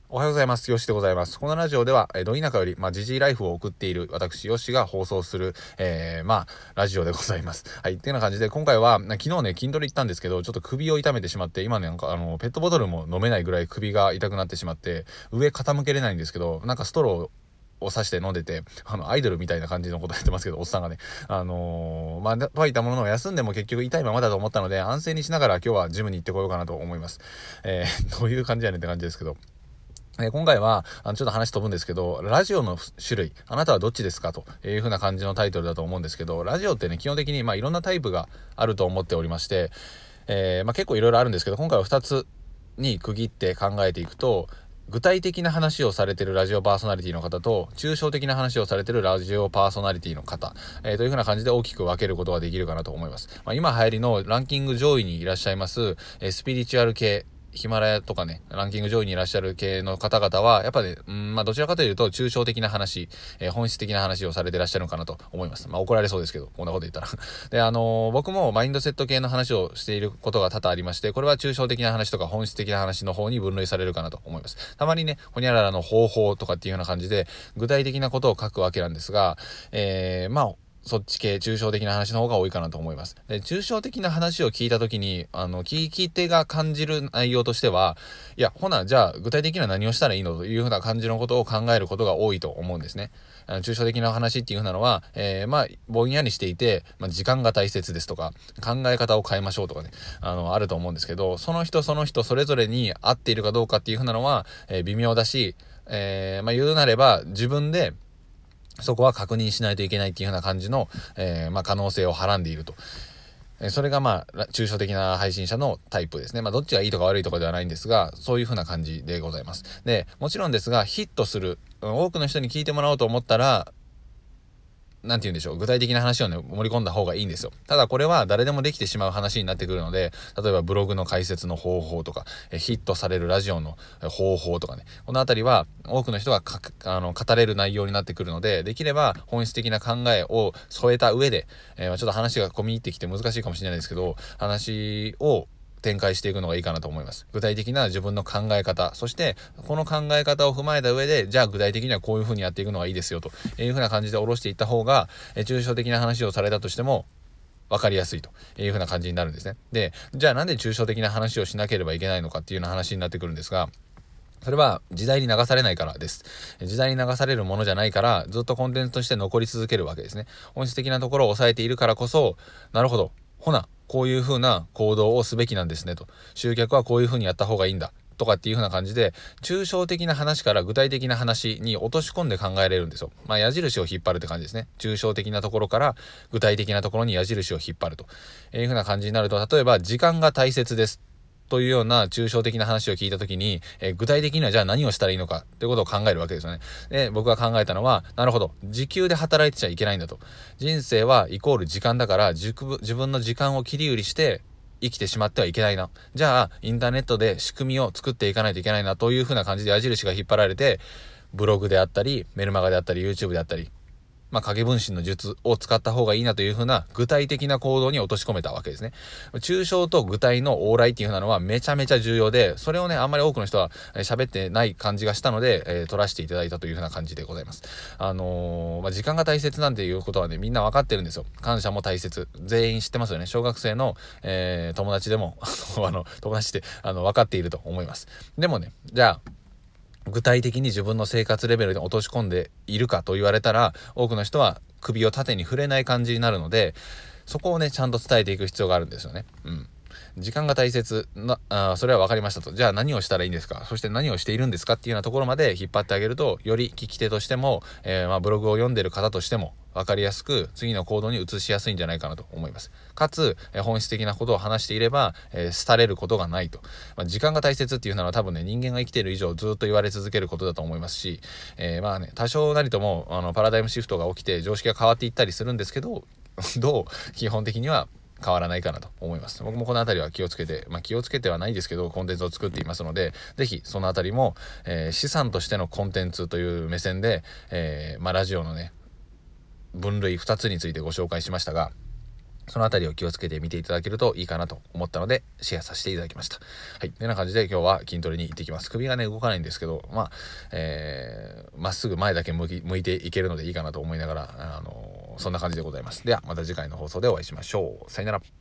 おはようございます。よしでございます。このラジオでは、ど田舎より、ジジイライフを送っている私、よしが放送する、ラジオでございます。はい。っていうような感じで、今回は、昨日ね、筋トレ行ったんですけど、ちょっと首を痛めてしまって、今ね、ペットボトルも飲めないぐらい首が痛くなってしまって、上傾けれないんですけど、ストローを刺して飲んでて、アイドルみたいな感じのことやってますけど、おっさんがね、とはいったものの、休んでも結局痛いままだと思ったので、安静にしながら今日はジムに行ってこようかなと思います。どういう感じやねんって感じですけど、今回は、ちょっと話飛ぶんですけど、ラジオの種類、あなたはどっちですかという風な感じのタイトルだと思うんですけど、ラジオってね、基本的に、いろんなタイプがあると思っておりまして、結構いろいろあるんですけど、今回は2つに区切って考えていくと、具体的な話をされているラジオパーソナリティの方と、抽象的な話をされているラジオパーソナリティの方、という風な感じで大きく分けることができるかなと思います。今流行りのランキング上位にいらっしゃいます、スピリチュアル系、ヒマラヤとかね、ランキング上位にいらっしゃる系の方々は、やっぱね、どちらかというと、抽象的な話、本質的な話をされてらっしゃるのかなと思います。怒られそうですけど、こんなこと言ったら。で、僕もマインドセット系の話をしていることが多々ありまして、これは抽象的な話とか本質的な話の方に分類されるかなと思います。たまにね、ほにゃららの方法とかっていうような感じで、具体的なことを書くわけなんですが、そっち系、抽象的な話の方が多いかなと思います。で、抽象的な話を聞いたときに、聞き手が感じる内容としては、いや、じゃあ、具体的には何をしたらいいのというふうな感じのことを考えることが多いと思うんですね。抽象的な話っていうふうなのは、ぼんやりしていて、時間が大切ですとか、考え方を変えましょうとかね、あると思うんですけど、その人その人それぞれに合っているかどうかっていうふうなのは、微妙だし、言うなれば、自分で、そこは確認しないといけないっていうような感じの、可能性をはらんでいると。それが抽象的な配信者のタイプですね。どっちがいいとか悪いとかではないんですが、そういう風な感じでございます。で、もちろんですが、ヒットする、多くの人に聞いてもらおうと思ったら、なんて言うんでしょう、具体的な話をね、盛り込んだ方がいいんですよ。ただこれは誰でもできてしまう話になってくるので、例えばブログの解説の方法とか、ヒットされるラジオの方法とかね、このあたりは多くの人が語れる内容になってくるので、できれば本質的な考えを添えた上で、ちょっと話が込み入ってきて難しいかもしれないですけど、話を展開していくのがいいかなと思います。具体的な自分の考え方、そしてこの考え方を踏まえた上で、じゃあ具体的にはこういう風にやっていくのがいいですよという風な感じで下ろしていった方が、抽象的な話をされたとしても分かりやすいという風な感じになるんですね。で、じゃあなんで抽象的な話をしなければいけないのかっていうような話になってくるんですが、それは時代に流されないからです。時代に流されるものじゃないから、ずっとコンテンツとして残り続けるわけですね。本質的なところを抑えているからこそ、なるほど、ほなこういう風な行動をすべきなんですねと。集客はこういう風にやった方がいいんだとかっていう風な感じで、抽象的な話から具体的な話に落とし込んで考えれるんですよ。矢印を引っ張るって感じですね。抽象的なところから具体的なところに矢印を引っ張るという風な感じになると、例えば時間が大切ですというような抽象的な話を聞いたときに、具体的にはじゃあ何をしたらいいのかということを考えるわけですよね。で、僕が考えたのは、なるほど、時給で働いてちゃいけないんだと。人生はイコール時間だから、自分の時間を切り売りして生きてしまってはいけないな。じゃあ、インターネットで仕組みを作っていかないといけないなというふうな感じで矢印が引っ張られて、ブログであったり、メルマガであったり、YouTube であったり、影分身の術を使った方がいいなというふうな具体的な行動に落とし込めたわけですね。抽象と具体の往来っていうふうなのはめちゃめちゃ重要で、それをね、あんまり多くの人は喋ってない感じがしたので、撮らせていただいたというふうな感じでございます。時間が大切なんていうことはね、みんな分かってるんですよ。感謝も大切。全員知ってますよね。小学生の、友達でも友達って分かっていると思います。でもね、じゃあ、具体的に自分の生活レベルに落とし込んでいるかと言われたら、多くの人は首を縦に触れない感じになるので、そこをねちゃんと伝えていく必要があるんですよね。時間が大切な、それは分かりましたと。じゃあ何をしたらいいんですか、そして何をしているんですかっていうようなところまで引っ張ってあげると、より聞き手としても、ブログを読んでる方としても分かりやすく次の行動に移しやすいんじゃないかなと思います。かつ、本質的なことを話していれば、廃れることがないと。時間が大切っていうのは多分ね、人間が生きている以上ずっと言われ続けることだと思いますし、多少なりともパラダイムシフトが起きて常識が変わっていったりするんですけど基本的には変わらないかなと思います。僕もこのあたりは気をつけて、気をつけてはないですけど、コンテンツを作っていますので、ぜひそのあたりも、資産としてのコンテンツという目線で、ラジオのね、分類2つについてご紹介しましたが、 そのあたりを気をつけて見ていただけるといいかなと思ったのでシェアさせていただきました。はい。こんな感じで今日は筋トレに行ってきます。首がね、動かないんですけど、まっすぐ前だけ向いていけるのでいいかなと思いながら、そんな感じでございます。ではまた次回の放送でお会いしましょう。さよなら。